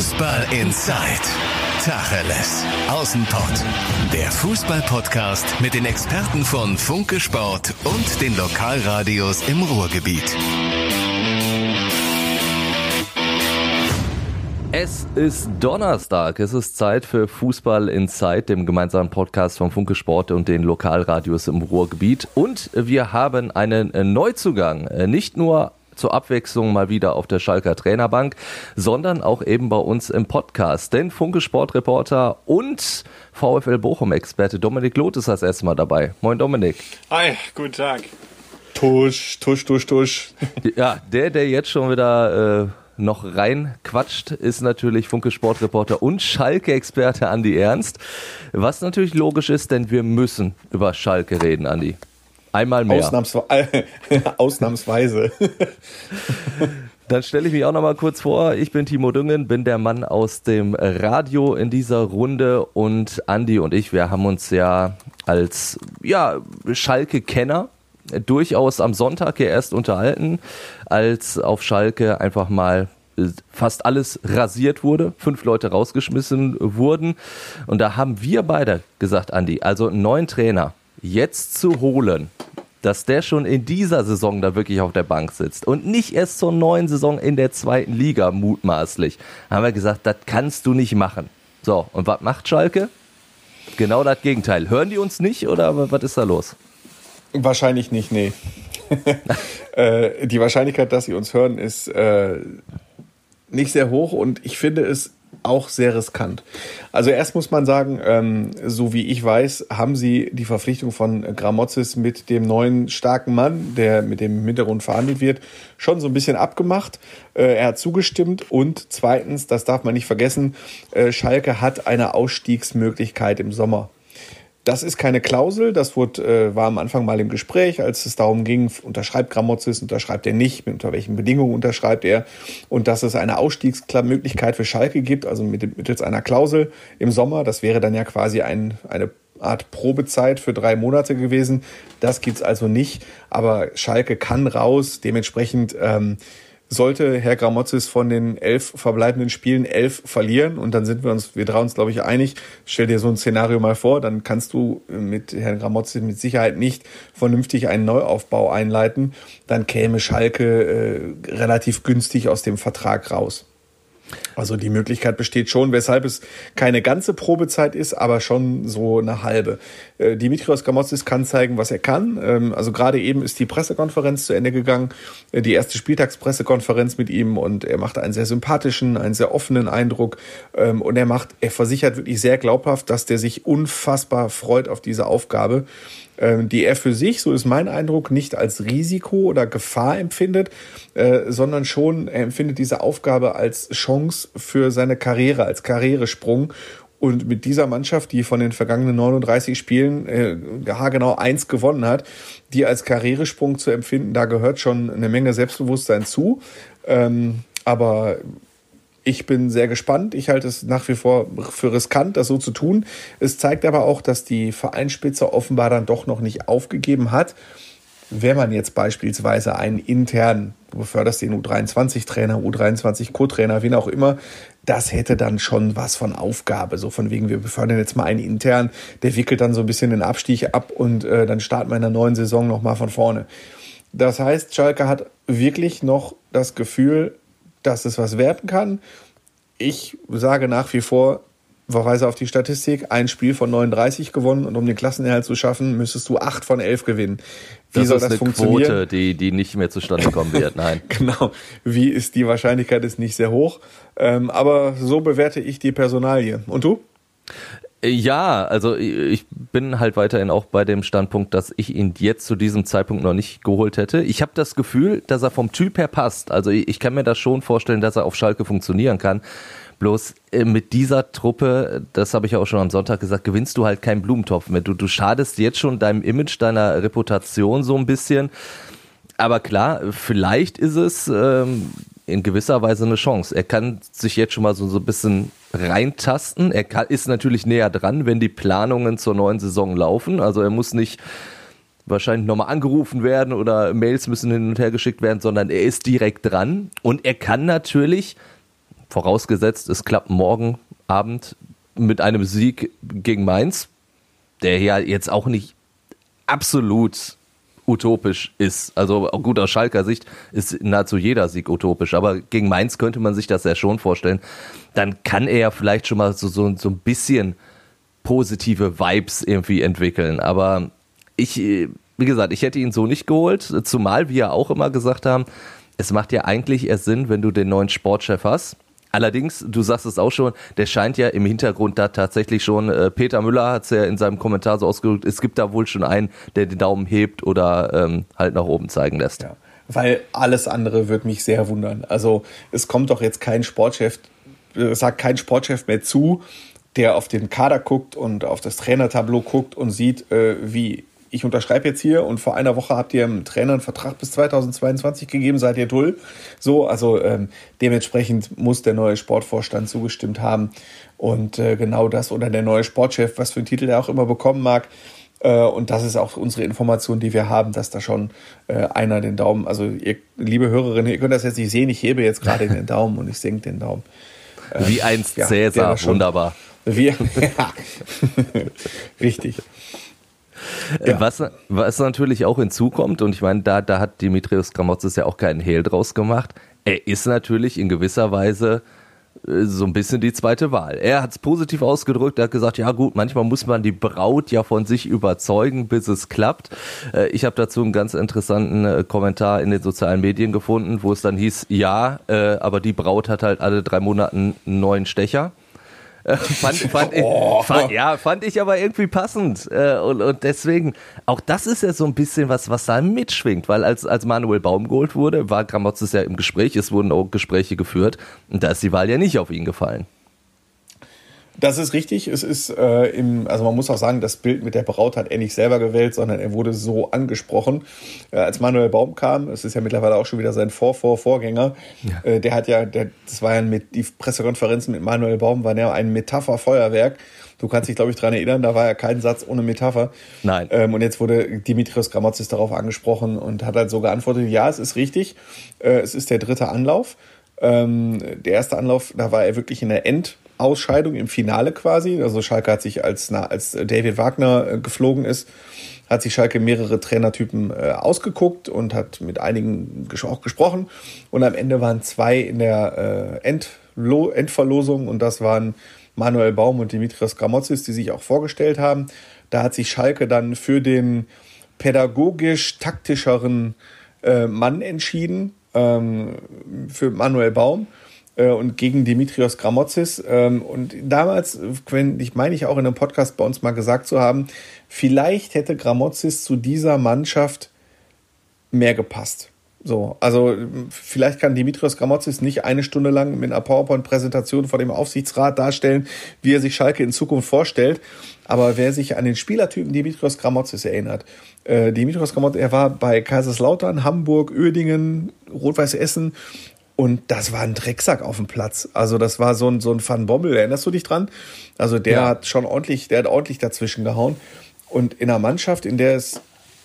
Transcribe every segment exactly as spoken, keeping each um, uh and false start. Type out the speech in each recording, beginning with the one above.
Fußball Inside. Tacheles. Außenpott. Der Fußball-Podcast mit den Experten von Funke Sport und den Lokalradios im Ruhrgebiet. Es ist Donnerstag. Es ist Zeit für Fußball Inside, dem gemeinsamen Podcast von Funke Sport und den Lokalradios im Ruhrgebiet. Und wir haben einen Neuzugang. Nicht nur zur Abwechslung mal wieder auf der Schalker Trainerbank, sondern auch eben bei uns im Podcast. Denn Funke Sportreporter und VfL Bochum-Experte Dominik Loth ist das erste Mal dabei. Moin Dominik. Hi, guten Tag. Tusch, tusch, tusch, tusch. Ja, der, der jetzt schon wieder äh, noch reinquatscht, ist natürlich Funke Sportreporter und Schalke-Experte Andi Ernst. Was natürlich logisch ist, denn wir müssen über Schalke reden, Andi. Einmal mehr. Ausnahmswe- Ausnahmsweise. Dann stelle ich mich auch noch mal kurz vor. Ich bin Timo Düngen, bin der Mann aus dem Radio in dieser Runde und Andi und ich, wir haben uns ja als ja, Schalke-Kenner durchaus am Sonntag ja erst unterhalten, als auf Schalke einfach mal fast alles rasiert wurde, fünf Leute rausgeschmissen wurden. Und da haben wir beide gesagt, Andi, also einen neuen Trainer jetzt zu holen, dass der schon in dieser Saison da wirklich auf der Bank sitzt und nicht erst zur neuen Saison in der zweiten Liga mutmaßlich, haben wir gesagt, das kannst du nicht machen. So, und was macht Schalke? Genau das Gegenteil. Hören die uns nicht oder was ist da los? Wahrscheinlich nicht, nee. äh, die Wahrscheinlichkeit, dass sie uns hören, ist äh, nicht sehr hoch und ich finde es auch sehr riskant. Also erst muss man sagen, ähm, so wie ich weiß, haben sie die Verpflichtung von Gramotzis mit dem neuen starken Mann, der mit dem Hintergrund verhandelt wird, schon so ein bisschen abgemacht. Äh, er hat zugestimmt und zweitens, das darf man nicht vergessen, äh, Schalke hat eine Ausstiegsmöglichkeit im Sommer. Das ist keine Klausel, das wurde, äh, war am Anfang mal im Gespräch, als es darum ging, unterschreibt Gramotzis, unterschreibt er nicht, unter welchen Bedingungen unterschreibt er und dass es eine Ausstiegsmöglichkeit für Schalke gibt, also mit, mittels einer Klausel im Sommer, das wäre dann ja quasi ein, eine Art Probezeit für drei Monate gewesen, das gibt's also nicht, aber Schalke kann raus, dementsprechend ähm, sollte Herr Gramotzis von den elf verbleibenden Spielen elf verlieren und dann sind wir uns, wir drei uns glaube ich einig, stell dir so ein Szenario mal vor, dann kannst du mit Herrn Gramotzis mit Sicherheit nicht vernünftig einen Neuaufbau einleiten, dann käme Schalke äh, relativ günstig aus dem Vertrag raus. Also die Möglichkeit besteht schon, weshalb es keine ganze Probezeit ist, aber schon so eine halbe. Äh, Dimitrios Gramotzis kann zeigen, was er kann. Ähm, also gerade eben ist die Pressekonferenz zu Ende gegangen, äh, die erste Spieltagspressekonferenz mit ihm und er macht einen sehr sympathischen, einen sehr offenen Eindruck ähm, und er macht, er versichert wirklich sehr glaubhaft, dass der sich unfassbar freut auf diese Aufgabe, die er für sich, so ist mein Eindruck, nicht als Risiko oder Gefahr empfindet, äh, sondern schon, er empfindet diese Aufgabe als Chance für seine Karriere, als Karrieresprung. Und mit dieser Mannschaft, die von den vergangenen neununddreißig Spielen äh, haargenau eins gewonnen hat, die als Karrieresprung zu empfinden, da gehört schon eine Menge Selbstbewusstsein zu. Ähm, aber ich bin sehr gespannt. Ich halte es nach wie vor für riskant, das so zu tun. Es zeigt aber auch, dass die Vereinsspitze offenbar dann doch noch nicht aufgegeben hat. Wenn man jetzt beispielsweise einen internen, du beförderst den U dreiundzwanzig-Trainer, U dreiundzwanzig-Co-Trainer, wen auch immer, das hätte dann schon was von Aufgabe. So von wegen, wir befördern jetzt mal einen intern, der wickelt dann so ein bisschen den Abstieg ab und äh, dann starten wir in der neuen Saison nochmal von vorne. Das heißt, Schalke hat wirklich noch das Gefühl, dass es was werden kann. Ich sage nach wie vor, verweise auf die Statistik, ein Spiel von neununddreißig gewonnen und um den Klassenerhalt zu schaffen, müsstest du acht von elf gewinnen. Wie das soll ist das eine funktionieren? Quote, die, die nicht mehr zustande kommen wird, nein. Genau. Wie ist die Wahrscheinlichkeit, ist nicht sehr hoch. Ähm, aber so bewerte ich die Personalie. Und du? Ja, also ich bin halt weiterhin auch bei dem Standpunkt, dass ich ihn jetzt zu diesem Zeitpunkt noch nicht geholt hätte. Ich habe das Gefühl, dass er vom Typ her passt. Also ich kann mir das schon vorstellen, dass er auf Schalke funktionieren kann. Bloß mit dieser Truppe, das habe ich ja auch schon am Sonntag gesagt, gewinnst du halt keinen Blumentopf mehr. Du, du schadest jetzt schon deinem Image, deiner Reputation so ein bisschen. Aber klar, vielleicht ist es ähm, in gewisser Weise eine Chance. Er kann sich jetzt schon mal so, so ein bisschen reintasten. Er kann, ist natürlich näher dran, wenn die Planungen zur neuen Saison laufen. Also er muss nicht wahrscheinlich nochmal angerufen werden oder Mails müssen hin und her geschickt werden, sondern er ist direkt dran. Und er kann natürlich vorausgesetzt, es klappt morgen Abend mit einem Sieg gegen Mainz, der ja jetzt auch nicht absolut utopisch ist. Also auch gut, aus Schalker Sicht ist nahezu jeder Sieg utopisch, aber gegen Mainz könnte man sich das ja schon vorstellen. Dann kann er ja vielleicht schon mal so, so, so ein bisschen positive Vibes irgendwie entwickeln. Aber ich, wie gesagt, ich hätte ihn so nicht geholt, zumal wir auch immer gesagt haben, es macht ja eigentlich erst Sinn, wenn du den neuen Sportchef hast. Allerdings, du sagst es auch schon, der scheint ja im Hintergrund da tatsächlich schon, äh, Peter Müller hat es ja in seinem Kommentar so ausgedrückt, es gibt da wohl schon einen, der den Daumen hebt oder ähm, halt nach oben zeigen lässt. Ja, weil alles andere würde mich sehr wundern. Also es kommt doch jetzt kein Sportchef, es sagt kein Sportchef mehr zu, der auf den Kader guckt und auf das Trainertableau guckt und sieht, äh, wie ich unterschreibe jetzt hier und vor einer Woche habt ihr dem Trainer einen Vertrag bis zweitausendzweiundzwanzig gegeben, seid ihr toll. So, also ähm, dementsprechend muss der neue Sportvorstand zugestimmt haben und äh, genau das oder der neue Sportchef, was für einen Titel er auch immer bekommen mag. Äh, und das ist auch unsere Information, die wir haben, dass da schon äh, einer den Daumen, also ihr, liebe Hörerinnen, ihr könnt das jetzt nicht sehen, ich hebe jetzt gerade den Daumen und ich senke den Daumen. Äh, Wie einst ja, Cäsar, wunderbar. Wie, ja, richtig. Ja. Was, was natürlich auch hinzukommt, und ich meine, da, da hat Dimitrios Gramotzis ja auch keinen Hehl draus gemacht, er ist natürlich in gewisser Weise äh, so ein bisschen die zweite Wahl. Er hat es positiv ausgedrückt, er hat gesagt, ja gut, manchmal muss man die Braut ja von sich überzeugen, bis es klappt. Äh, ich habe dazu einen ganz interessanten äh, Kommentar in den sozialen Medien gefunden, wo es dann hieß, ja, äh, aber die Braut hat halt alle drei Monate einen neuen Stecher. fand, fand ich, oh. fand, ja, fand ich aber irgendwie passend. Und, und deswegen, auch das ist ja so ein bisschen was, was da mitschwingt, weil als, als Manuel Baum geholt wurde, war Gramotzis ja im Gespräch, es wurden auch Gespräche geführt und da ist die Wahl ja nicht auf ihn gefallen. Das ist richtig. Es ist äh, im, also man muss auch sagen, das Bild mit der Braut hat er nicht selber gewählt, sondern er wurde so angesprochen. Äh, als Manuel Baum kam, es ist ja mittlerweile auch schon wieder sein Vor-Vor-Vorgänger, ja. äh, der hat ja, der, das war ja mit, die Pressekonferenzen mit Manuel Baum waren ja ein Metapher-Feuerwerk. Du kannst dich, glaube ich, daran erinnern, da war ja kein Satz ohne Metapher. Nein. Ähm, und jetzt wurde Dimitrios Gramotzis darauf angesprochen und hat halt so geantwortet, ja, es ist richtig, äh, es ist der dritte Anlauf. Ähm, der erste Anlauf, da war er wirklich in der End- Ausscheidung im Finale quasi. Also Schalke hat sich, als, na, als David Wagner äh, geflogen ist, hat sich Schalke mehrere Trainertypen äh, ausgeguckt und hat mit einigen ges- auch gesprochen. Und am Ende waren zwei in der äh, Endlo- Endverlosung und das waren Manuel Baum und Dimitrios Gramotzis, die sich auch vorgestellt haben. Da hat sich Schalke dann für den pädagogisch-taktischeren äh, Mann entschieden, ähm, für Manuel Baum. Und gegen Dimitrios Gramotzis. Und damals, ich meine ich auch in einem Podcast bei uns mal gesagt zu haben, vielleicht hätte Gramotzis zu dieser Mannschaft mehr gepasst. So, also vielleicht kann Dimitrios Gramotzis nicht eine Stunde lang mit einer PowerPoint-Präsentation vor dem Aufsichtsrat darstellen, wie er sich Schalke in Zukunft vorstellt. Aber wer sich an den Spielertypen Dimitrios Gramotzis erinnert, äh, Dimitrios Gramotzis, er war bei Kaiserslautern, Hamburg, Uerdingen, Rot-Weiß Essen. Und das war ein Drecksack auf dem Platz. Also das war so ein, so ein Van Bommel, erinnerst du dich dran? Also der ja. hat schon ordentlich, der hat ordentlich dazwischen gehauen. Und in einer Mannschaft, in der es,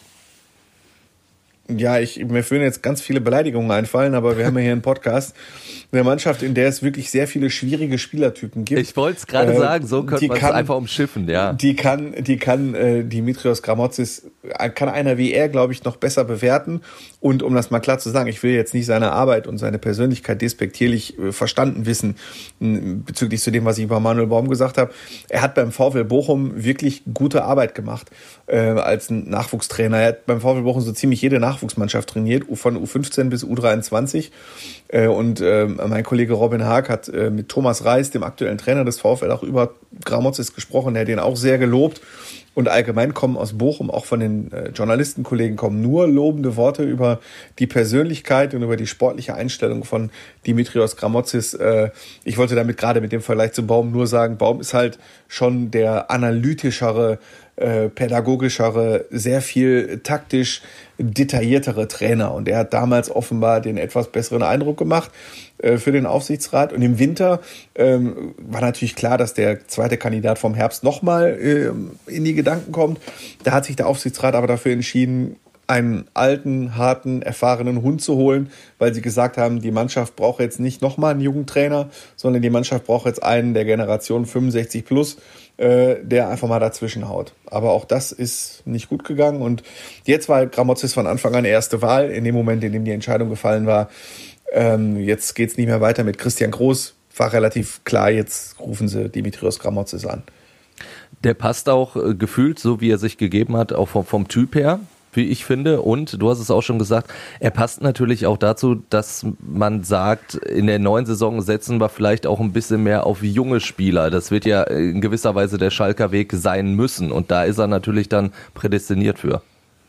ja, ich, mir würden jetzt ganz viele Beleidigungen einfallen, aber wir haben ja hier einen Podcast. In der Mannschaft, in der es wirklich sehr viele schwierige Spielertypen gibt. Ich wollte es gerade äh, sagen, so könnte man es einfach umschiffen, ja. Die kann, die kann äh, Dimitrios Gramotzis, kann einer wie er, glaube ich, noch besser bewerten. Und um das mal klar zu sagen, ich will jetzt nicht seine Arbeit und seine Persönlichkeit despektierlich äh, verstanden wissen, m, bezüglich zu dem, was ich über Manuel Baum gesagt habe. Er hat beim VfL Bochum wirklich gute Arbeit gemacht äh, als Nachwuchstrainer. Er hat beim VfL Bochum so ziemlich jede Nachwuchsmannschaft trainiert, von U fünfzehn bis U dreiundzwanzig. Äh, und äh, mein Kollege Robin Haag hat äh, mit Thomas Reis, dem aktuellen Trainer des VfL, auch über Gramotzis gesprochen. Er hat den auch sehr gelobt. Und allgemein kommen aus Bochum, auch von den äh, Journalistenkollegen, kommen nur lobende Worte über die Persönlichkeit und über die sportliche Einstellung von Dimitrios Gramotzis. Äh, ich wollte damit gerade mit dem Vergleich zu Baum nur sagen, Baum ist halt schon der analytischere, äh, pädagogischere, sehr viel taktisch detailliertere Trainer. Und er hat damals offenbar den etwas besseren Eindruck gemacht äh, für den Aufsichtsrat. Und im Winter ähm, war natürlich klar, dass der zweite Kandidat vom Herbst nochmal äh, in die Gedanken kommt. Da hat sich der Aufsichtsrat aber dafür entschieden, einen alten, harten, erfahrenen Hund zu holen, weil sie gesagt haben, die Mannschaft braucht jetzt nicht nochmal einen Jugendtrainer, sondern die Mannschaft braucht jetzt einen der Generation fünfundsechzig plus, äh, der einfach mal dazwischen haut. Aber auch das ist nicht gut gegangen und jetzt war Gramotzis von Anfang an erste Wahl, in dem Moment, in dem die Entscheidung gefallen war, ähm, jetzt geht's nicht mehr weiter mit Christian Groß, war relativ klar, jetzt rufen sie Dimitrios Gramotzis an. Der passt auch äh, gefühlt, so wie er sich gegeben hat, auch vom, vom Typ her, wie ich finde. Und du hast es auch schon gesagt, er passt natürlich auch dazu, dass man sagt, in der neuen Saison setzen wir vielleicht auch ein bisschen mehr auf junge Spieler. Das wird ja in gewisser Weise der Schalker Weg sein müssen. Und da ist er natürlich dann prädestiniert für.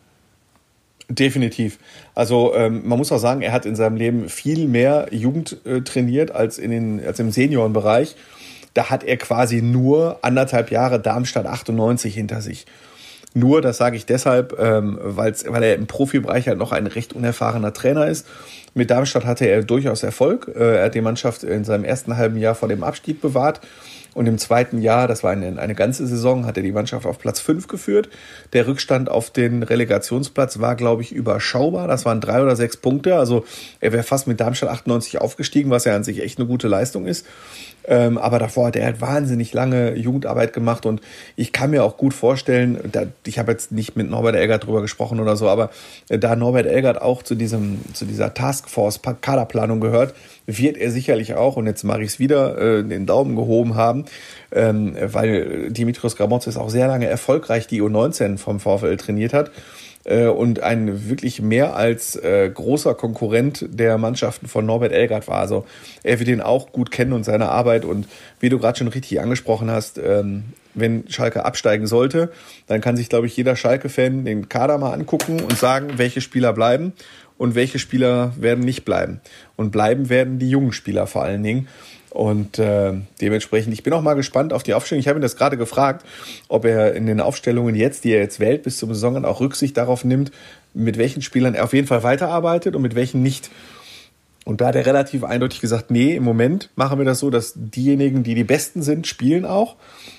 Definitiv. Also ähm, man muss auch sagen, er hat in seinem Leben viel mehr Jugend äh, trainiert als, in den, als im Seniorenbereich. Da hat er quasi nur anderthalb Jahre Darmstadt achtundneunzig hinter sich. Nur, das sage ich deshalb, ähm, weil's, weil er im Profibereich halt noch ein recht unerfahrener Trainer ist. Mit Darmstadt hatte er durchaus Erfolg. Äh, er hat die Mannschaft in seinem ersten halben Jahr vor dem Abstieg bewahrt. Und im zweiten Jahr, das war eine, eine ganze Saison, hat er die Mannschaft auf Platz fünf geführt. Der Rückstand auf den Relegationsplatz war, glaube ich, überschaubar. Das waren drei oder sechs Punkte. Also er wäre fast mit Darmstadt achtundneunzig aufgestiegen, was ja an sich echt eine gute Leistung ist. Ähm, aber davor hat er halt wahnsinnig lange Jugendarbeit gemacht und ich kann mir auch gut vorstellen, da, ich habe jetzt nicht mit Norbert Elgert drüber gesprochen oder so, aber äh, da Norbert Elgert auch zu diesem zu dieser Taskforce Kaderplanung gehört, wird er sicherlich auch, und jetzt mache ich es wieder, äh, den Daumen gehoben haben, ähm, weil Dimitrios Gramotzis auch sehr lange erfolgreich die U neunzehn vom VfL trainiert hat. Und ein wirklich mehr als äh, großer Konkurrent der Mannschaften von Norbert Elgert war. Also er wird ihn auch gut kennen und seine Arbeit. Und wie du gerade schon richtig angesprochen hast, ähm, wenn Schalke absteigen sollte, dann kann sich, glaube ich, jeder Schalke-Fan den Kader mal angucken und sagen, welche Spieler bleiben und welche Spieler werden nicht bleiben. Und bleiben werden die jungen Spieler vor allen Dingen. Und äh, dementsprechend, ich bin auch mal gespannt auf die Aufstellung. Ich habe ihn das gerade gefragt, ob er in den Aufstellungen jetzt, die er jetzt wählt, bis zum Saisonende auch Rücksicht darauf nimmt, mit welchen Spielern er auf jeden Fall weiterarbeitet und mit welchen nicht. Und da hat er relativ eindeutig gesagt, nee, im Moment machen wir das so, dass diejenigen, die die Besten sind, spielen auch.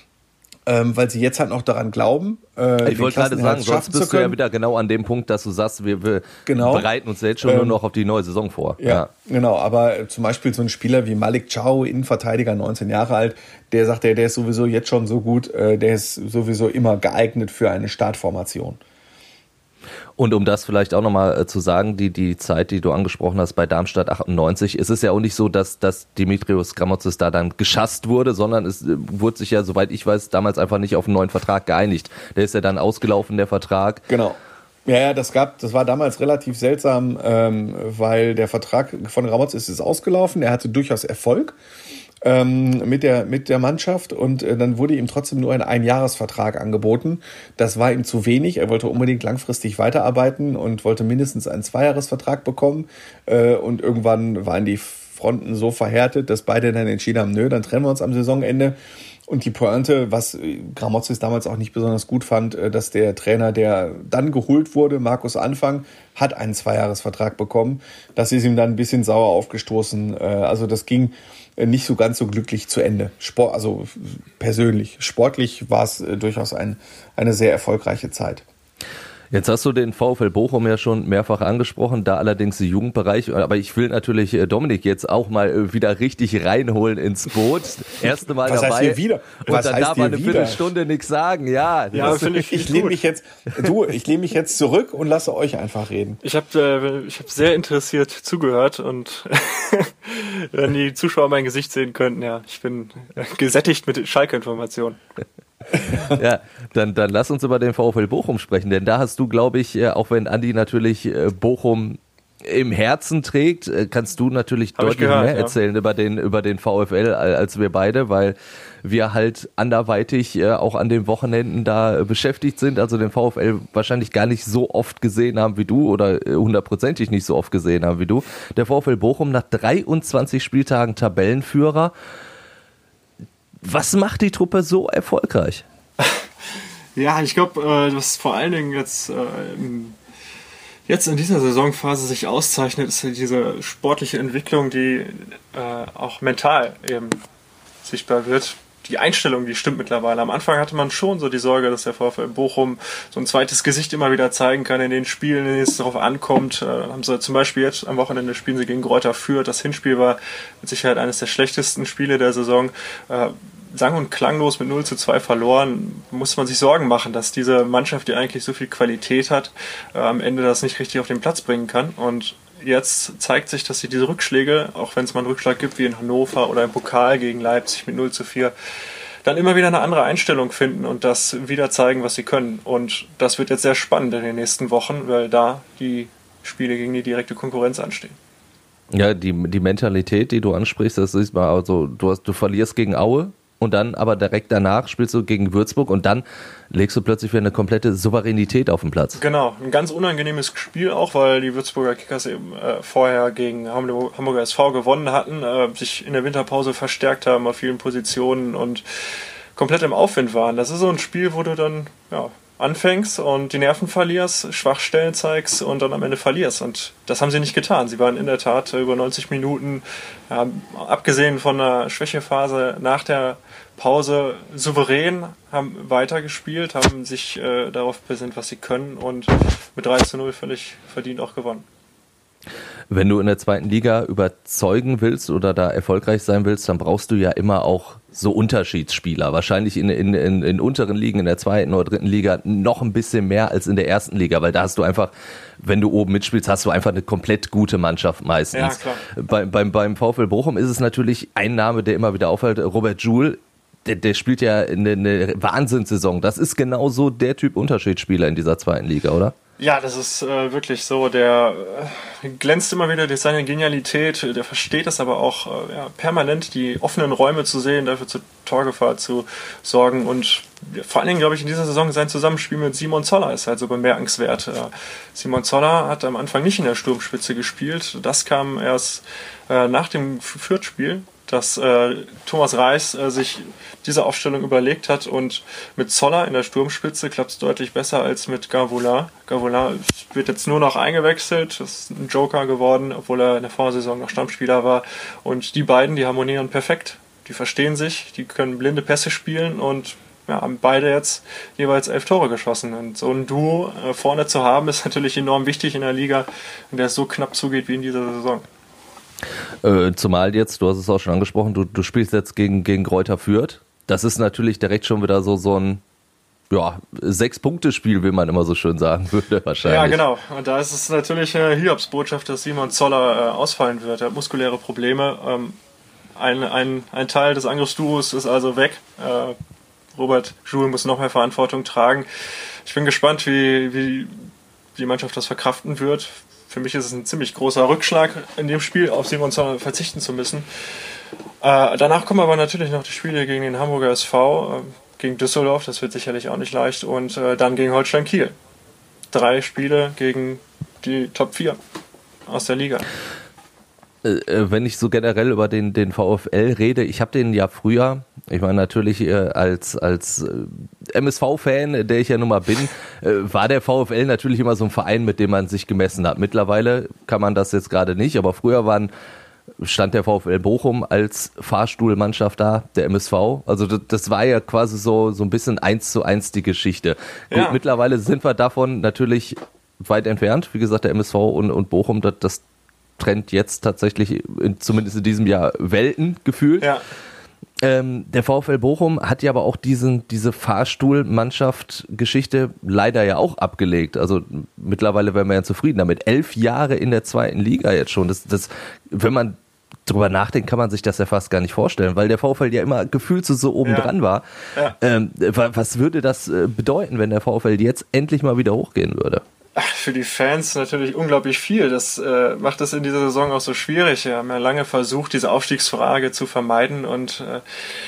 Ähm, weil sie jetzt halt noch daran glauben, äh, ich wollte gerade sagen, sonst bist du ja wieder genau an dem Punkt, dass du sagst, wir, wir genau. bereiten uns jetzt schon ähm, nur noch auf die neue Saison vor. Ja, ja, genau, aber äh, zum Beispiel so ein Spieler wie Malik Chow, Innenverteidiger, neunzehn Jahre alt, der sagt, der, der ist sowieso jetzt schon so gut, äh, der ist sowieso immer geeignet für eine Startformation. Und um das vielleicht auch nochmal äh, zu sagen, die, die Zeit, die du angesprochen hast bei Darmstadt achtundneunzig, ist es ja auch nicht so, dass, dass Dimitrios Gramotzis da dann geschasst wurde, sondern es äh, wurde sich ja, soweit ich weiß, damals einfach nicht auf einen neuen Vertrag geeinigt. Der ist ja dann ausgelaufen, der Vertrag. Genau. Ja, ja, das gab, das war damals relativ seltsam, ähm, weil der Vertrag von Gramotzis ist ausgelaufen, er hatte durchaus Erfolg ähm, mit der, mit der Mannschaft und äh, dann wurde ihm trotzdem nur ein Einjahresvertrag angeboten. Das war ihm zu wenig, er wollte unbedingt langfristig weiterarbeiten und wollte mindestens einen Zweijahresvertrag bekommen äh, und irgendwann waren die Fronten so verhärtet, dass beide dann entschieden haben, nö, dann trennen wir uns am Saisonende. Und die Pointe, was Gramotzis damals auch nicht besonders gut fand, dass der Trainer, der dann geholt wurde, Markus Anfang, hat einen Zweijahresvertrag bekommen. Das ist ihm dann ein bisschen sauer aufgestoßen. Also das ging nicht so ganz so glücklich zu Ende. Sport, also persönlich. Sportlich war es durchaus ein, eine sehr erfolgreiche Zeit. Jetzt hast du den VfL Bochum ja schon mehrfach angesprochen, da allerdings der Jugendbereich. Aber ich will natürlich Dominik jetzt auch mal wieder richtig reinholen ins Boot. Erste Mal Was dabei. Heißt hier wieder? Was und dann darf man eine wieder? Viertelstunde nichts sagen. Ja, ja finde ich. Ich lehne mich jetzt, du, ich lehne mich jetzt zurück und lasse euch einfach reden. Ich habe, äh, ich habe sehr interessiert zugehört und wenn die Zuschauer mein Gesicht sehen könnten, ja, ich bin gesättigt mit Schalke-Informationen. Ja, dann, dann lass uns über den VfL Bochum sprechen, denn da hast du, glaube ich, auch wenn Andi natürlich Bochum im Herzen trägt, kannst du natürlich Hab deutlich gehört, mehr ja. erzählen über den, über den VfL als wir beide, weil wir halt anderweitig auch an den Wochenenden da beschäftigt sind, also den VfL wahrscheinlich gar nicht so oft gesehen haben wie du oder hundertprozentig nicht so oft gesehen haben wie du. Der VfL Bochum nach dreiundzwanzig Spieltagen Tabellenführer. Was macht die Truppe so erfolgreich? Ja, ich glaube, äh, was vor allen Dingen jetzt, äh, jetzt in dieser Saisonphase sich auszeichnet, ist diese sportliche Entwicklung, die äh, auch mental eben sichtbar wird. die Einstellung, die stimmt mittlerweile. Am Anfang hatte man schon so die Sorge, dass der VfL Bochum so ein zweites Gesicht immer wieder zeigen kann in den Spielen, in denen es darauf ankommt. Äh, haben sie zum Beispiel jetzt am Wochenende spielen sie gegen Greuther Fürth. Das Hinspiel war mit Sicherheit eines der schlechtesten Spiele der Saison. Äh, sang- und klanglos mit null zu zwei verloren. Muss man sich Sorgen machen, dass diese Mannschaft, die eigentlich so viel Qualität hat, äh, am Ende das nicht richtig auf den Platz bringen kann. Und jetzt zeigt sich, dass sie diese Rückschläge, auch wenn es mal einen Rückschlag gibt wie in Hannover oder im Pokal gegen Leipzig mit null zu vier, dann immer wieder eine andere Einstellung finden und das wieder zeigen, was sie können. Und das wird jetzt sehr spannend in den nächsten Wochen, weil da die Spiele gegen die direkte Konkurrenz anstehen. Ja, die, die Mentalität, die du ansprichst, das ist mal, also du, hast, du verlierst gegen Aue und dann aber direkt danach spielst du gegen Würzburg und dann legst du plötzlich wieder eine komplette Souveränität auf den Platz. Genau, ein ganz unangenehmes Spiel auch, weil die Würzburger Kickers eben äh, vorher gegen Hamburger S V gewonnen hatten, äh, sich in der Winterpause verstärkt haben auf vielen Positionen und komplett im Aufwind waren. Das ist so ein Spiel, wo du dann ja, anfängst und die Nerven verlierst, Schwachstellen zeigst und dann am Ende verlierst. Und das haben sie nicht getan. Sie waren in der Tat über neunzig Minuten, ja, abgesehen von einer Schwächephase nach der Pause, souverän, haben weitergespielt, haben sich äh, darauf besinnt, was sie können und mit drei zu null völlig verdient auch gewonnen. Wenn du in der zweiten Liga überzeugen willst oder da erfolgreich sein willst, dann brauchst du ja immer auch so Unterschiedsspieler. Wahrscheinlich in, in, in, in unteren Ligen, in der zweiten oder dritten Liga noch ein bisschen mehr als in der ersten Liga, weil da hast du einfach, wenn du oben mitspielst, hast du einfach eine komplett gute Mannschaft meistens. Ja, klar. Bei, beim, beim VfL Bochum ist es natürlich ein Name, der immer wieder auffällt, Robert Joule. Der, der spielt ja eine, eine Wahnsinnssaison. Das ist genau so der Typ Unterschiedsspieler in dieser zweiten Liga, oder? Ja, das ist äh, wirklich so. Der äh, glänzt immer wieder durch seine Genialität. Der versteht es aber auch, äh, ja, permanent die offenen Räume zu sehen, dafür zur Torgefahr zu sorgen. Und ja, vor allen Dingen, glaube ich, in dieser Saison sein Zusammenspiel mit Simon Zoller ist halt so bemerkenswert. Äh, Simon Zoller hat am Anfang nicht in der Sturmspitze gespielt. Das kam erst äh, nach dem Fürth-Spiel, dass äh, Thomas Reis äh, sich diese Aufstellung überlegt hat und mit Zoller in der Sturmspitze klappt es deutlich besser als mit Gavola. Gavola wird jetzt nur noch eingewechselt, ist ein Joker geworden, obwohl er in der Vorsaison noch Stammspieler war. Und die beiden, die harmonieren perfekt, die verstehen sich, die können blinde Pässe spielen und ja, haben beide jetzt jeweils elf Tore geschossen. Und so ein Duo äh, vorne zu haben, ist natürlich enorm wichtig in einer Liga, in der es so knapp zugeht wie in dieser Saison. Äh, zumal jetzt, du hast es auch schon angesprochen, du, du spielst jetzt gegen, gegen Greuther Fürth. Das ist natürlich direkt schon wieder so, so ein ja, Sechs-Punkte-Spiel, wie man immer so schön sagen würde, wahrscheinlich. Ja, genau. Und da ist es natürlich eine Hiobsbotschaft, dass Simon Zoller äh, ausfallen wird. Er hat muskuläre Probleme. Ähm, ein, ein, ein Teil des Angriffsduos ist also weg. Äh, Robert Joule muss noch mehr Verantwortung tragen. Ich bin gespannt, wie, wie die Mannschaft das verkraften wird. Für mich ist es ein ziemlich großer Rückschlag in dem Spiel, auf Simon Zoller verzichten zu müssen. Äh, danach kommen aber natürlich noch die Spiele gegen den Hamburger S V, äh, gegen Düsseldorf, das wird sicherlich auch nicht leicht, und äh, dann gegen Holstein Kiel. Drei Spiele gegen die Top vier aus der Liga. Wenn ich so generell über den, den VfL rede, ich habe den ja früher, ich meine natürlich äh, als, als äh, M S V-Fan, der ich ja nun mal bin, äh, war der VfL natürlich immer so ein Verein, mit dem man sich gemessen hat. Mittlerweile kann man das jetzt gerade nicht, aber früher waren, stand der VfL Bochum als Fahrstuhlmannschaft da, der M S V. Also das, das war ja quasi so, so ein bisschen eins zu eins die Geschichte. Gut, Ja. mittlerweile sind wir davon natürlich weit entfernt. Wie gesagt, der M S V und, und Bochum, das, das trennt jetzt tatsächlich, in, zumindest in diesem Jahr, Welten gefühlt. Ja. Ähm, der VfL Bochum hat ja aber auch diesen, diese Fahrstuhlmannschaft-Geschichte leider ja auch abgelegt. Also mittlerweile wären wir ja zufrieden damit. Elf Jahre in der zweiten Liga jetzt schon. Das, das, wenn man drüber nachdenkt, kann man sich das ja fast gar nicht vorstellen, weil der VfL ja immer gefühlt so, so oben Ja. dran war. Ja. Ähm, wa- was würde das äh, bedeuten, wenn der VfL jetzt endlich mal wieder hochgehen würde? Ach, für die Fans natürlich unglaublich viel. Das äh, macht es in dieser Saison auch so schwierig. Wir haben ja lange versucht, diese Aufstiegsfrage zu vermeiden und äh,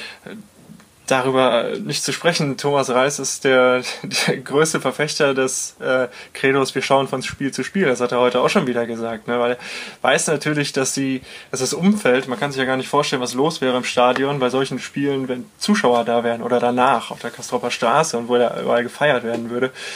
darüber nicht zu sprechen. Thomas Reis ist der, der größte Verfechter des äh, Credos, wir schauen von Spiel zu Spiel. Das hat er heute auch schon wieder gesagt, ne? Weil er weiß natürlich, dass, die, dass das Umfeld, man kann sich ja gar nicht vorstellen, was los wäre im Stadion bei solchen Spielen, wenn Zuschauer da wären oder danach auf der Castropper Straße und wo er überall gefeiert werden würde.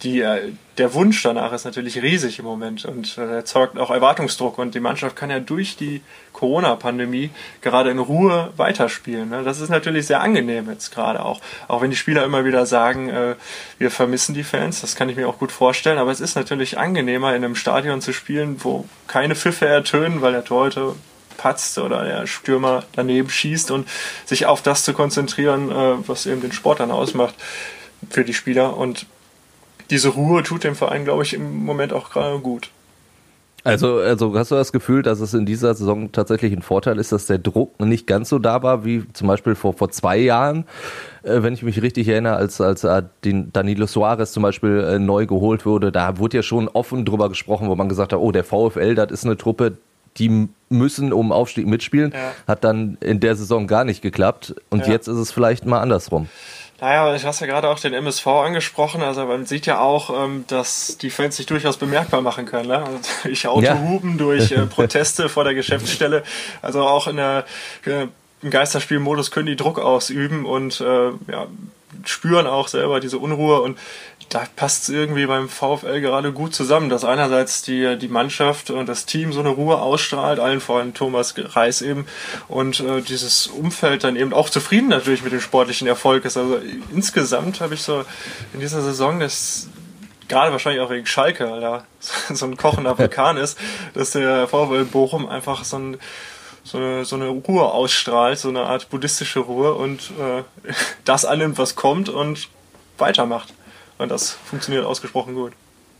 die, der Wunsch danach ist natürlich riesig im Moment und erzeugt auch Erwartungsdruck und die Mannschaft kann ja durch die Corona-Pandemie gerade in Ruhe weiterspielen. Ne? Das ist natürlich sehr angenehm jetzt gerade auch, auch wenn die Spieler immer wieder sagen, äh, wir vermissen die Fans, das kann ich mir auch gut vorstellen, aber es ist natürlich angenehmer in einem Stadion zu spielen, wo keine Pfiffe ertönen, weil der Torhüter patzt oder der Stürmer daneben schießt und sich auf das zu konzentrieren, äh, was eben den Sport dann ausmacht für die Spieler und diese Ruhe tut dem Verein, glaube ich, im Moment auch gerade gut. Also, also hast du das Gefühl, dass es in dieser Saison tatsächlich ein Vorteil ist, dass der Druck nicht ganz so da war, wie zum Beispiel vor, vor zwei Jahren, äh, wenn ich mich richtig erinnere, als, als äh, den Danilo Suarez zum Beispiel äh, neu geholt wurde, da wurde ja schon offen drüber gesprochen, wo man gesagt hat, oh, der VfL, das ist eine Truppe, die müssen um Aufstieg mitspielen, ja. Hat dann in der Saison gar nicht geklappt und ja. Jetzt ist es vielleicht mal andersrum. Naja, ich hast ja gerade auch den M S V angesprochen, also man sieht ja auch, dass die Fans sich durchaus bemerkbar machen können, ne? Also durch Autohuben, ja. durch äh, Proteste vor der Geschäftsstelle, also auch in der, äh, im Geisterspielmodus können die Druck ausüben und äh, ja, spüren auch selber diese Unruhe und da passt es irgendwie beim VfL gerade gut zusammen, dass einerseits die, die Mannschaft und das Team so eine Ruhe ausstrahlt, allen voran Thomas Reis eben, und äh, dieses Umfeld dann eben auch zufrieden natürlich mit dem sportlichen Erfolg ist. Also insgesamt habe ich so in dieser Saison, das gerade wahrscheinlich auch wegen Schalke, weil da so ein kochender Vulkan ist, dass der VfL Bochum einfach so ein So eine, so eine Ruhe ausstrahlt, so eine Art buddhistische Ruhe und äh, das annimmt, was kommt und weitermacht. Und das funktioniert ausgesprochen gut.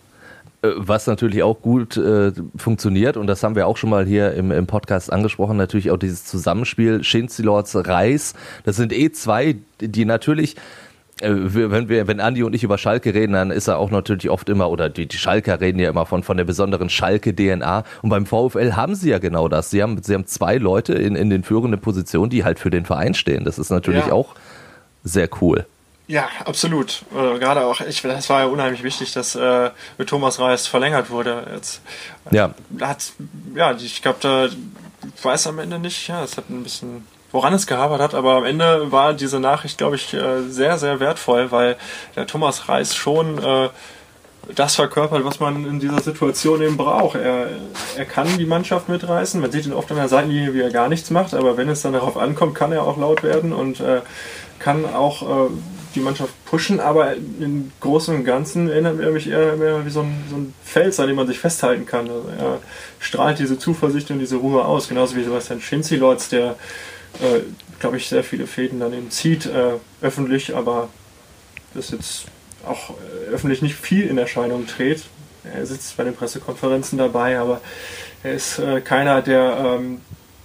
Was natürlich auch gut äh, funktioniert, und das haben wir auch schon mal hier im, im Podcast angesprochen, natürlich auch dieses Zusammenspiel Schinzi-Lords Reis. Das sind eh zwei, die natürlich, äh, wenn wir, wenn Andi und ich über Schalke reden, dann ist er auch natürlich oft immer, oder die, die Schalker reden ja immer von, von der besonderen Schalke-D N A. Und beim VfL haben sie ja genau das. Sie haben, sie haben zwei Leute in, in den führenden Positionen, die halt für den Verein stehen. Das ist natürlich ja. auch sehr cool. Ja, absolut. Äh, gerade auch, ich, das war ja unheimlich wichtig, dass äh, mit Thomas Reis verlängert wurde. Jetzt, ja. Hat, ja, ich glaube, da ich weiß am Ende nicht, ja, es hat ein bisschen, woran es gehabert hat, aber am Ende war diese Nachricht, glaube ich, äh, sehr, sehr wertvoll, weil der Thomas Reis schon äh, das verkörpert, was man in dieser Situation eben braucht. Er, er kann die Mannschaft mitreißen. Man sieht ihn oft an der Seitenlinie, wie er gar nichts macht, aber wenn es dann darauf ankommt, kann er auch laut werden und äh, kann auch äh, die Mannschaft pushen, aber im Großen und Ganzen erinnert er mich eher mehr wie so ein, so ein Fels, an dem man sich festhalten kann. Also er strahlt diese Zuversicht und diese Ruhe aus, genauso wie Sebastian Schinzi-Lords, der, äh, glaube ich, sehr viele Fäden dann eben zieht, äh, öffentlich, aber das jetzt auch äh, öffentlich nicht viel in Erscheinung tritt. Er sitzt bei den Pressekonferenzen dabei, aber er ist äh, keiner, der ähm,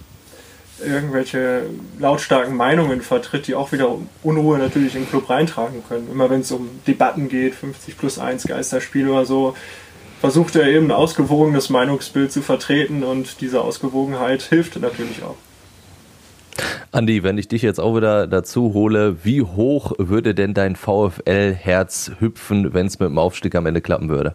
irgendwelche lautstarken Meinungen vertritt, die auch wieder Unruhe natürlich in den Club reintragen können. Immer wenn es um Debatten geht, fünfzig plus eins Geisterspiel oder so, versucht er eben ein ausgewogenes Meinungsbild zu vertreten und diese Ausgewogenheit hilft natürlich auch. Andi, wenn ich dich jetzt auch wieder dazu hole, wie hoch würde denn dein VfL-Herz hüpfen, wenn es mit dem Aufstieg am Ende klappen würde?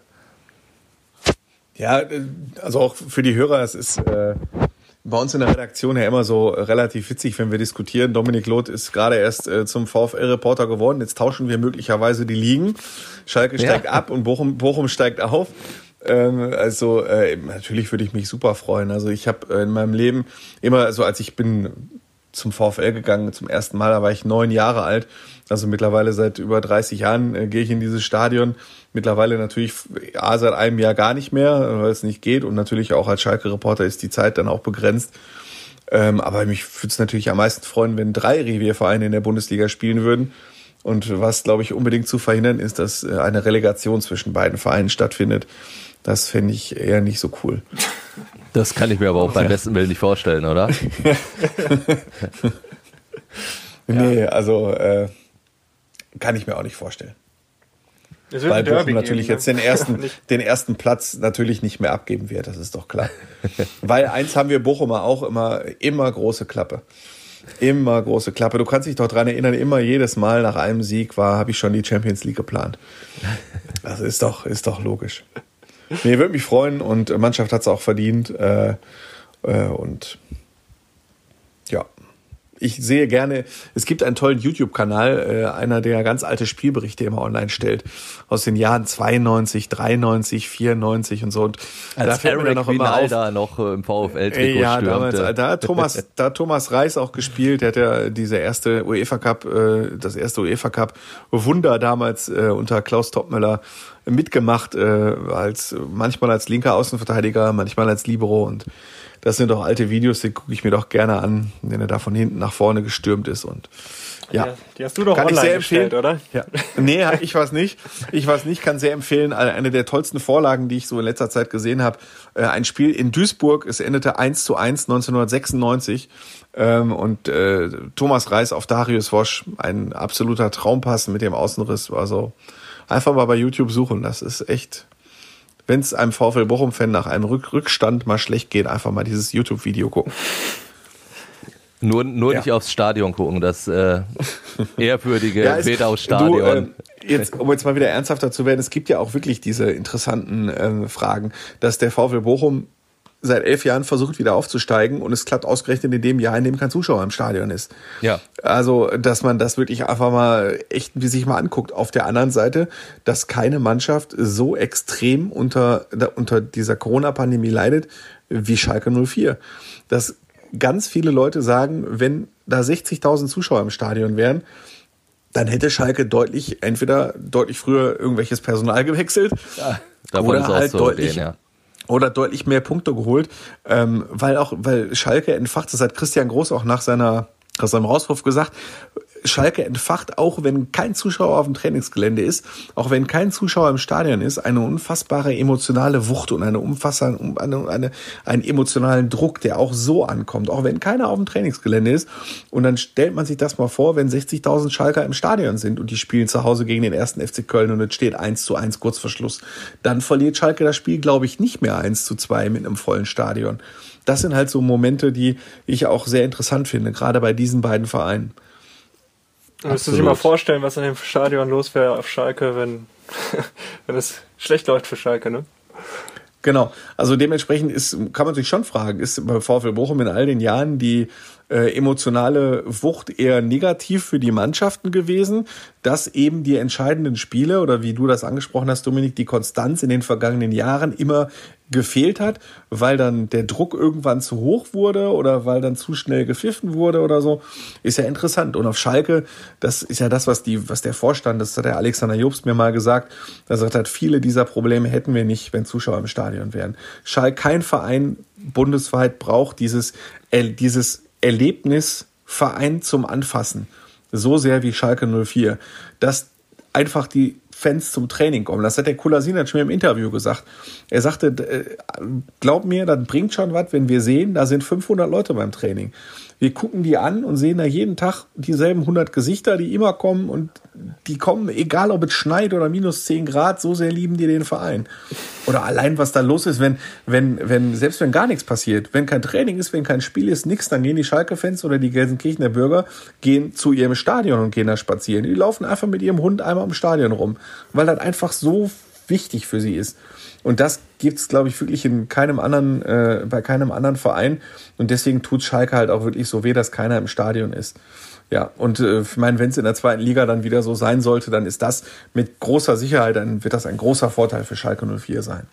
Ja, also auch für die Hörer, es ist äh, bei uns in der Redaktion ja immer so relativ witzig, wenn wir diskutieren. Dominik Loth ist gerade erst äh, zum VfL-Reporter geworden. Jetzt tauschen wir möglicherweise die Ligen. Schalke steigt ja. ab und Bochum, Bochum steigt auf. Ähm, also äh, natürlich würde ich mich super freuen. Also ich habe äh, in meinem Leben immer, also als ich bin zum VfL gegangen zum ersten Mal, da war ich neun Jahre alt. Also mittlerweile seit über dreißig Jahren äh, gehe ich in dieses Stadion. Mittlerweile natürlich ja, seit einem Jahr gar nicht mehr, weil es nicht geht. Und natürlich auch als Schalke-Reporter ist die Zeit dann auch begrenzt. Ähm, aber mich würde es natürlich am meisten freuen, wenn drei Reviervereine in der Bundesliga spielen würden. Und was, glaube ich, unbedingt zu verhindern ist, dass eine Relegation zwischen beiden Vereinen stattfindet. Das fände ich eher nicht so cool. Das kann ich mir aber auch beim besten Willen nicht vorstellen, oder? Nee, also äh, kann ich mir auch nicht vorstellen. Weil Bochum natürlich geben, jetzt den ersten, den ersten Platz natürlich nicht mehr abgeben wird, das ist doch klar. Weil eins haben wir Bochumer auch immer, immer große Klappe. Immer große Klappe. Du kannst dich doch dran erinnern, immer jedes Mal nach einem Sieg war, habe ich schon die Champions League geplant. Das ist doch, ist doch logisch. Nee, würde mich freuen und die Mannschaft hat es auch verdient. Äh, äh, und ja, ich sehe gerne, es gibt einen tollen YouTube-Kanal, äh, einer, der ganz alte Spielberichte immer online stellt, aus den Jahren zweiundneunzig, dreiundneunzig, vierundneunzig und so. Und als da fällt mir dann noch immer auf, da noch im VfL-Trikot ja, stürmte. damals, da hat Thomas, da hat Thomas Reis auch gespielt, der hat ja diese erste UEFA Cup, äh, das erste UEFA Cup Wunder damals äh, unter Klaus Toppmöller mitgemacht, äh, als manchmal als linker Außenverteidiger, manchmal als Libero, und das sind doch alte Videos, die gucke ich mir doch gerne an, wenn er da von hinten nach vorne gestürmt ist. Und ja, ja, die hast du doch kann online ich sehr gestellt, empfehlen, oder? Ja. Nee, ich weiß nicht. Ich weiß nicht, kann sehr empfehlen. Eine der tollsten Vorlagen, die ich so in letzter Zeit gesehen habe. Ein Spiel in Duisburg, es endete eins zu eins neunzehnhundertsechsundneunzig. Und äh, Thomas Reis auf Darius Wosch, ein absoluter Traumpass mit dem Außenriss. Also einfach mal bei YouTube suchen. Das ist echt, wenn es einem VfL Bochum-Fan nach einem Rück- Rückstand mal schlecht geht, einfach mal dieses YouTube-Video gucken. Nur, nur Ja. nicht aufs Stadion gucken, das äh, ehrwürdige Ja, es- Wedau-Stadion. Du, ähm, jetzt, um jetzt mal wieder ernsthafter zu werden, es gibt ja auch wirklich diese interessanten ähm, Fragen, dass der VfL Bochum seit elf Jahren versucht, wieder aufzusteigen, und es klappt ausgerechnet in dem Jahr, in dem kein Zuschauer im Stadion ist. Ja. Also, dass man das wirklich einfach mal echt wie sich mal anguckt. Auf der anderen Seite, dass keine Mannschaft so extrem unter, unter dieser Corona-Pandemie leidet wie Schalke null vier. Dass ganz viele Leute sagen, wenn da sechzigtausend Zuschauer im Stadion wären, dann hätte Schalke deutlich, entweder deutlich früher irgendwelches Personal gewechselt, Ja, davon oder ist auch halt so deutlich, reden, ja. oder deutlich mehr Punkte geholt, ähm, weil auch, weil Schalke entfacht, das hat Christian Groß auch nach seiner, nach seinem Rauswurf gesagt, Schalke entfacht, auch wenn kein Zuschauer auf dem Trainingsgelände ist, auch wenn kein Zuschauer im Stadion ist, eine unfassbare emotionale Wucht und eine umfassende, eine, eine, einen emotionalen Druck, der auch so ankommt, auch wenn keiner auf dem Trainingsgelände ist. Und dann stellt man sich das mal vor, wenn sechzigtausend Schalker im Stadion sind und die spielen zu Hause gegen den ersten F C Köln und es steht eins zu eins kurz vor Schluss. Dann verliert Schalke das Spiel, glaube ich, nicht mehr eins zu zwei mit einem vollen Stadion. Das sind halt so Momente, die ich auch sehr interessant finde, gerade bei diesen beiden Vereinen. Du musst dir mal vorstellen, was in dem Stadion los wäre auf Schalke, wenn, wenn es schlecht läuft für Schalke, ne? Genau, also dementsprechend ist, kann man sich schon fragen, ist bei VfL Bochum in all den Jahren die äh, emotionale Wucht eher negativ für die Mannschaften gewesen, dass eben die entscheidenden Spiele, oder wie du das angesprochen hast, Dominik, die Konstanz in den vergangenen Jahren immer gefehlt hat, weil dann der Druck irgendwann zu hoch wurde oder weil dann zu schnell gepfiffen wurde oder so, ist ja interessant. Und auf Schalke, das ist ja das, was die, was der Vorstand, das hat der Alexander Jobst mir mal gesagt, er sagt hat, viele dieser Probleme hätten wir nicht, wenn Zuschauer im Stadion wären. Schalke, kein Verein bundesweit braucht dieses, dieses Erlebnis Verein zum Anfassen so sehr wie Schalke null vier, dass einfach die Fans zum Training kommen. Das hat der Kolasinac mir im Interview gesagt. Er sagte, äh, glaub mir, das bringt schon was, wenn wir sehen, da sind fünfhundert Leute beim Training. Wir gucken die an und sehen da jeden Tag dieselben hundert Gesichter, die immer kommen, und die kommen, egal ob es schneit oder minus zehn Grad, so sehr lieben die den Verein. Oder allein, was da los ist, wenn, wenn, wenn, selbst wenn gar nichts passiert, wenn kein Training ist, wenn kein Spiel ist, nichts, dann gehen die Schalke-Fans oder die Gelsenkirchener Bürger gehen zu ihrem Stadion und gehen da spazieren. Die laufen einfach mit ihrem Hund einmal im Stadion rum, weil das einfach so wichtig für sie ist. Und das gibt es, glaube ich, wirklich in keinem anderen, äh, bei keinem anderen Verein. Und deswegen tut Schalke halt auch wirklich so weh, dass keiner im Stadion ist. Ja, und äh, ich meine, wenn es in der zweiten Liga dann wieder so sein sollte, dann ist das mit großer Sicherheit, dann wird das ein großer Vorteil für Schalke null vier sein.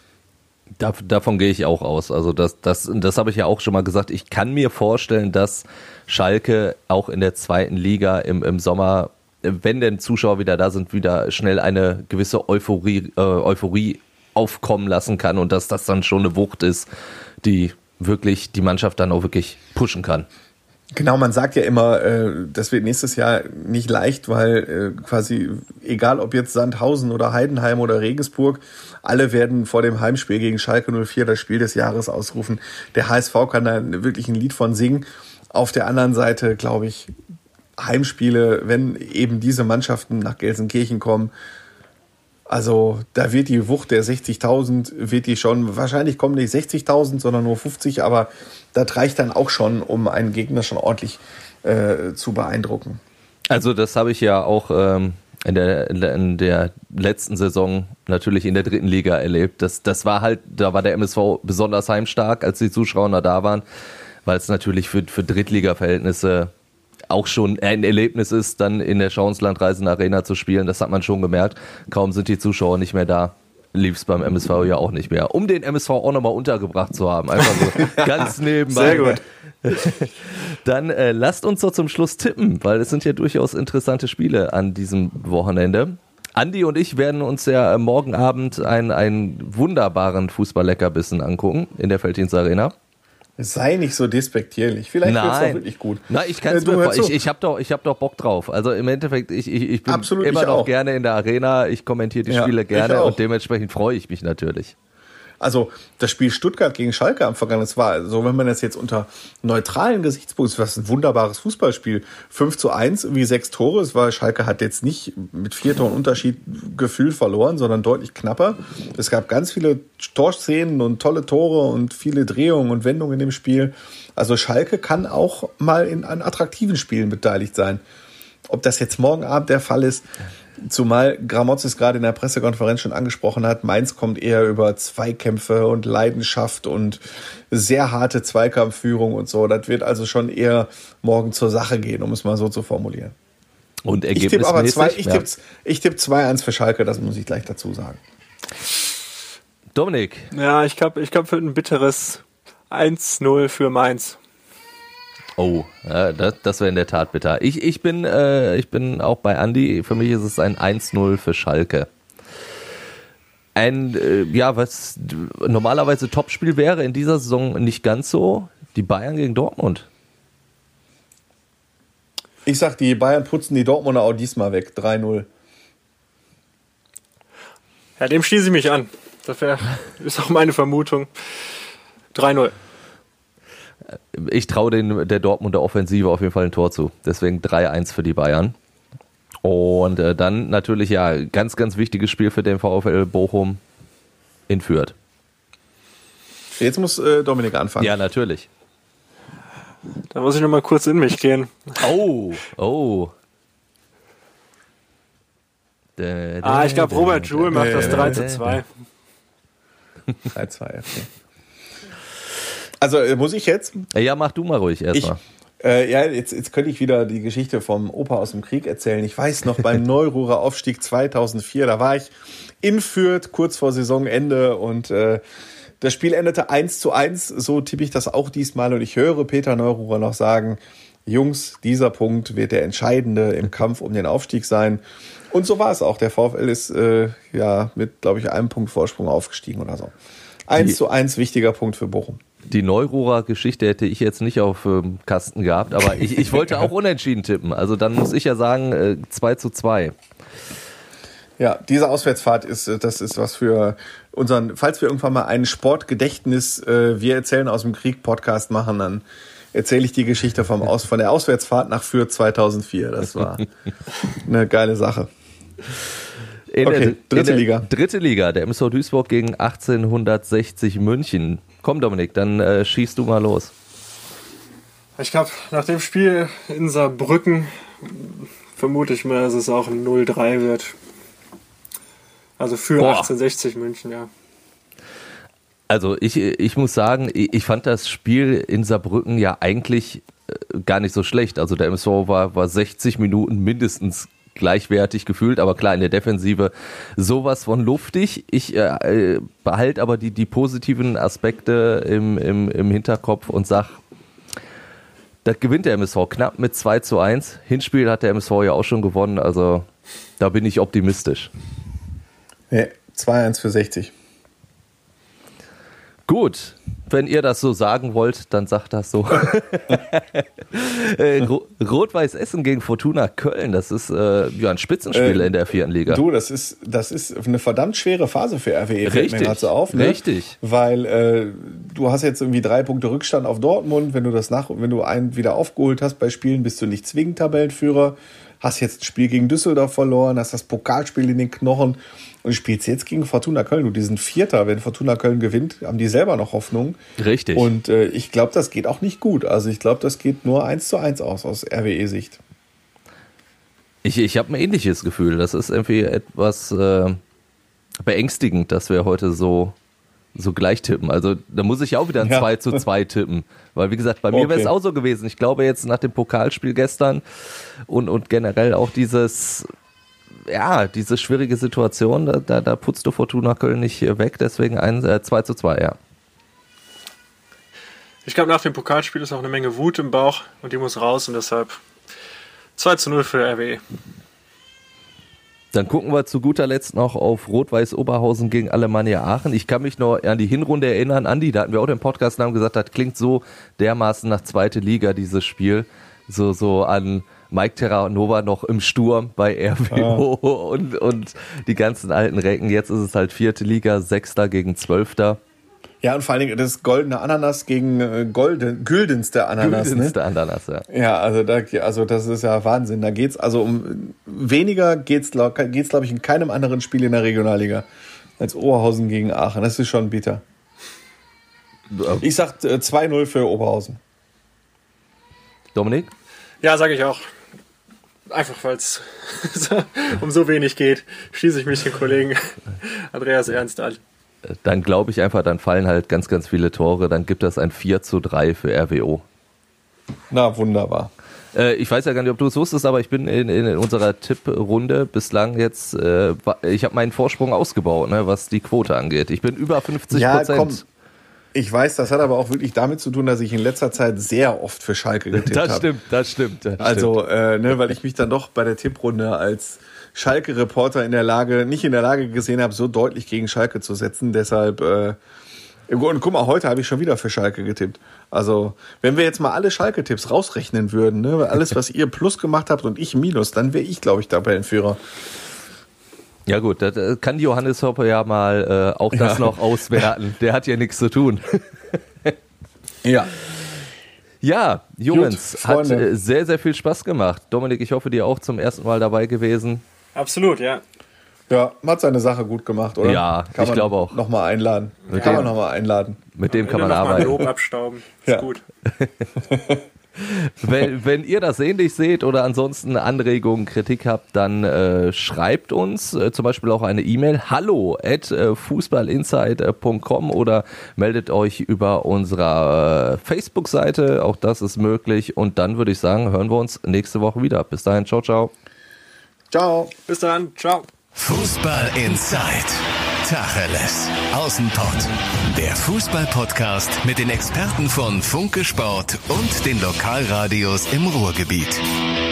Da, davon gehe ich auch aus. Also das, das, das habe ich ja auch schon mal gesagt. Ich kann mir vorstellen, dass Schalke auch in der zweiten Liga im, im Sommer, wenn denn Zuschauer wieder da sind, wieder schnell eine gewisse Euphorie, äh, Euphorie aufkommen lassen kann und dass das dann schon eine Wucht ist, die wirklich die Mannschaft dann auch wirklich pushen kann. Genau, man sagt ja immer, äh, das wird nächstes Jahr nicht leicht, weil äh, quasi, egal ob jetzt Sandhausen oder Heidenheim oder Regensburg, alle werden vor dem Heimspiel gegen Schalke null vier das Spiel des Jahres ausrufen. Der H S V kann da wirklich ein Lied von singen. Auf der anderen Seite, glaube ich, Heimspiele, wenn eben diese Mannschaften nach Gelsenkirchen kommen, also da wird die Wucht der sechzigtausend, wird die schon, wahrscheinlich kommen nicht sechzigtausend, sondern nur fünfzig, aber das reicht dann auch schon, um einen Gegner schon ordentlich äh, zu beeindrucken. Also das habe ich ja auch ähm, in, der, in der letzten Saison natürlich in der dritten Liga erlebt. Das, das war halt, da war der M S V besonders heimstark, als die Zuschauer da waren, weil es natürlich für, für Drittliga-Verhältnisse auch schon ein Erlebnis ist, dann in der Schauenslandreisen Arena zu spielen. Das hat man schon gemerkt. Kaum sind die Zuschauer nicht mehr da, lief es beim M S V ja auch nicht mehr. Um den M S V auch nochmal untergebracht zu haben. Einfach so ganz nebenbei. Sehr gut. Dann äh, lasst uns doch zum Schluss tippen, weil es sind ja durchaus interessante Spiele an diesem Wochenende. Andi und ich werden uns ja morgen Abend einen, einen wunderbaren Fußball-Leckerbissen angucken in der Veltins Arena. Sei nicht so despektierlich. Vielleicht wird es doch wirklich gut. Nein, ich kann es äh, mir Ich, ich habe doch, ich hab doch Bock drauf. Also im Endeffekt, ich, ich, ich bin Absolut, immer ich noch auch. gerne in der Arena. Ich kommentiere die Ja, Spiele ich gerne auch. und dementsprechend freue ich mich natürlich. Also das Spiel Stuttgart gegen Schalke am vergangenen, das war, so wenn man das jetzt unter neutralen Gesichtspunkten, das ist ein wunderbares Fußballspiel. fünf zu eins, irgendwie sechs Tore. Es war, Schalke hat jetzt nicht mit vier Toren Unterschied Gefühl verloren, sondern deutlich knapper. Es gab ganz viele Torszenen und tolle Tore und viele Drehungen und Wendungen in dem Spiel. Also Schalke kann auch mal in an attraktiven Spielen beteiligt sein. Ob das jetzt morgen Abend der Fall ist, zumal Gramotz es gerade in der Pressekonferenz schon angesprochen hat, Mainz kommt eher über Zweikämpfe und Leidenschaft und sehr harte Zweikampfführung und so. Das wird also schon eher morgen zur Sache gehen, um es mal so zu formulieren. Und Ich tippe aber ergebnismäßig. zwei, ich ja. tippe ich tippe zwei eins für Schalke, das muss ich gleich dazu sagen. Dominik, Ja, ich glaube, ich glaub, für ein bitteres eins null für Mainz. oh, ja, das, das wäre in der Tat bitter. Ich, ich, bin, äh, ich bin auch bei Andi. Für mich ist es ein eins null für Schalke. Ein, äh, ja, was d- normalerweise Topspiel wäre, in dieser Saison nicht ganz so. Die Bayern gegen Dortmund. Ich sag, die Bayern putzen die Dortmunder auch diesmal weg. drei null. Ja, dem schließe ich mich an. Das wär, ist auch meine Vermutung. drei null. Ich traue den der Dortmunder Offensive auf jeden Fall ein Tor zu. Deswegen drei eins für die Bayern. Und äh, dann natürlich ja ganz, ganz wichtiges Spiel für den VfL Bochum in Fürth. Jetzt muss äh, Dominik anfangen. Ja, natürlich. Da muss ich noch mal kurz in mich gehen. Oh, oh. Ah, ich glaube, Robert Joule macht das drei zu zwei. drei zwei, okay. Also äh, muss ich jetzt? Ja, mach du mal ruhig Ich, erstmal. äh, ja, jetzt, jetzt könnte ich wieder die Geschichte vom Opa aus dem Krieg erzählen. Ich weiß noch, beim Neururer Aufstieg zweitausendvier, da war ich in Fürth kurz vor Saisonende und äh, das Spiel endete eins zu eins. So tippe ich das auch diesmal und ich höre Peter Neururer noch sagen, Jungs, dieser Punkt wird der entscheidende im Kampf um den Aufstieg sein. Und so war es auch. Der VfL ist äh, ja mit, glaube ich, einem Punkt Vorsprung aufgestiegen oder so. eins zu eins, wichtiger Punkt für Bochum. Die Neururer Geschichte hätte ich jetzt nicht auf ähm, Kasten gehabt, aber ich, ich wollte auch unentschieden tippen. Also dann muss ich ja sagen äh, zwei zu zwei. Ja, diese Auswärtsfahrt ist, äh, das ist was für unseren, falls wir irgendwann mal einen Sportgedächtnis, äh, wir erzählen aus dem Krieg Podcast machen, dann erzähle ich die Geschichte vom Aus, von der Auswärtsfahrt nach Fürth zweitausendvier. Das war eine geile Sache. In Okay, der, dritte in der Liga. Dritte Liga, der M S V Duisburg gegen achtzehnhundertsechzig München. Komm Dominik, dann äh, schießt du mal los. Ich glaube, nach dem Spiel in Saarbrücken vermute ich mal, dass es auch ein null drei wird. Also für Boah. achtzehnhundertsechzig München, ja. Also ich, ich muss sagen, ich, ich fand das Spiel in Saarbrücken ja eigentlich äh, gar nicht so schlecht. Also der M S V war, war sechzig Minuten mindestens gleichwertig gefühlt, aber klar, in der Defensive sowas von luftig. Ich äh, behalte aber die, die positiven Aspekte im, im, im Hinterkopf und sag, das gewinnt der M S V knapp mit zwei zu eins. Hinspiel hat der M S V ja auch schon gewonnen, also da bin ich optimistisch. Nee, zwei eins für sechzig. Gut, wenn ihr das so sagen wollt, dann sagt das so. äh, Ro- Rot-Weiß Essen gegen Fortuna Köln, das ist äh, ja ein Spitzenspiel Äh, in der vierten Liga. Du, das ist, das ist eine verdammt schwere Phase für R W E, fällt mir Richtig, gerade so auf. Ne? richtig. Weil äh, du hast jetzt irgendwie drei Punkte Rückstand auf Dortmund. Wenn du das nach, wenn du einen wieder aufgeholt hast bei Spielen, bist du nicht zwingend Tabellenführer. Hast jetzt ein Spiel gegen Düsseldorf verloren, hast das Pokalspiel in den Knochen und spielst jetzt gegen Fortuna Köln. Du, die sind Vierter. Wenn Fortuna Köln gewinnt, haben die selber noch Hoffnung. Richtig. Und äh, ich glaube, das geht auch nicht gut. Also ich glaube, das geht nur eins zu eins aus, aus R W E-Sicht. Ich, ich habe ein ähnliches Gefühl. Das ist irgendwie etwas äh, beängstigend, dass wir heute so so gleich tippen. Also da muss ich auch wieder ein Ja. zwei zu zwei tippen. Weil wie gesagt, bei mir Okay. wäre es auch so gewesen. Ich glaube jetzt nach dem Pokalspiel gestern und, und generell auch dieses, ja, diese schwierige Situation, da, da, da putzt du Fortuna Köln nicht weg. Deswegen ein äh, zwei zu zwei, ja. Ich glaube, nach dem Pokalspiel ist auch eine Menge Wut im Bauch und die muss raus und deshalb zwei zu null für R W E. Dann gucken wir zu guter Letzt noch auf Rot-Weiß Oberhausen gegen Alemannia Aachen. Ich kann mich noch an die Hinrunde erinnern. Andi, da hatten wir auch den Podcast und haben gesagt, das klingt so dermaßen nach zweite Liga, dieses Spiel. So, so an Mike Terranova noch im Sturm bei R W O ja. und, und die ganzen alten Recken. Jetzt ist es halt vierte Liga, Sechster gegen Zwölfter. Ja, und vor allen Dingen das goldene Ananas gegen äh, golden, güldenste Ananas. Güldenste ne? Ananas, ja. Ja, also, da, also das ist ja Wahnsinn. Da geht's also um weniger geht's, geht's glaube ich, in keinem anderen Spiel in der Regionalliga als Oberhausen gegen Aachen. Das ist schon bitter. Ich sag äh, zwei null für Oberhausen. Dominik? Ja, sage ich auch. Einfach weil es um so wenig geht, schließe ich mich den Kollegen Andreas Ernst an. Dann glaube ich einfach, dann fallen halt ganz, ganz viele Tore. Dann gibt das ein vier zu drei für R W O. Na, wunderbar. Äh, ich weiß ja gar nicht, ob du es wusstest, aber ich bin in, in unserer Tipprunde bislang jetzt, äh, ich habe meinen Vorsprung ausgebaut, ne, was die Quote angeht. Ich bin über fünfzig Prozent. Ja, komm. Ich weiß, das hat aber auch wirklich damit zu tun, dass ich in letzter Zeit sehr oft für Schalke getippt habe. Das stimmt, das stimmt. Das also, stimmt. Äh, ne, weil ich mich dann doch bei der Tipprunde als Schalke-Reporter in der Lage, nicht in der Lage gesehen habe, so deutlich gegen Schalke zu setzen. Deshalb, äh, und guck mal, heute habe ich schon wieder für Schalke getippt. Also, wenn wir jetzt mal alle Schalke-Tipps rausrechnen würden, ne, alles, was ihr Plus gemacht habt und ich Minus, dann wäre ich, glaube ich, Tabellenführer. Ja gut, das kann Johannes Hoppe ja mal äh, auch das ja. noch auswerten. Der hat ja nichts zu tun. Ja. Ja, Jungs, Gut, hat äh, sehr, sehr viel Spaß gemacht. Dominik, ich hoffe, dir auch zum ersten Mal dabei gewesen. Absolut, ja. Ja, hat seine Sache gut gemacht, oder? Ja, kann ich glaube auch. Nochmal einladen. Mit kann dem, man nochmal einladen. Mit dem kann man noch arbeiten. Mal Lob abstauben. Ist ja. gut. wenn, wenn ihr das ähnlich seht oder ansonsten Anregungen, Kritik habt, dann äh, schreibt uns äh, zum Beispiel auch eine E-Mail hallo at äh, fußballinsight punkt com oder meldet euch über unsere äh, Facebook-Seite, auch das ist möglich und dann würde ich sagen, hören wir uns nächste Woche wieder. Bis dahin, ciao, ciao. Ciao. Bis dann, ciao. Fußball Inside. Tacheles. Außenpott. Der Fußball-Podcast mit den Experten von Funke Sport und den Lokalradios im Ruhrgebiet.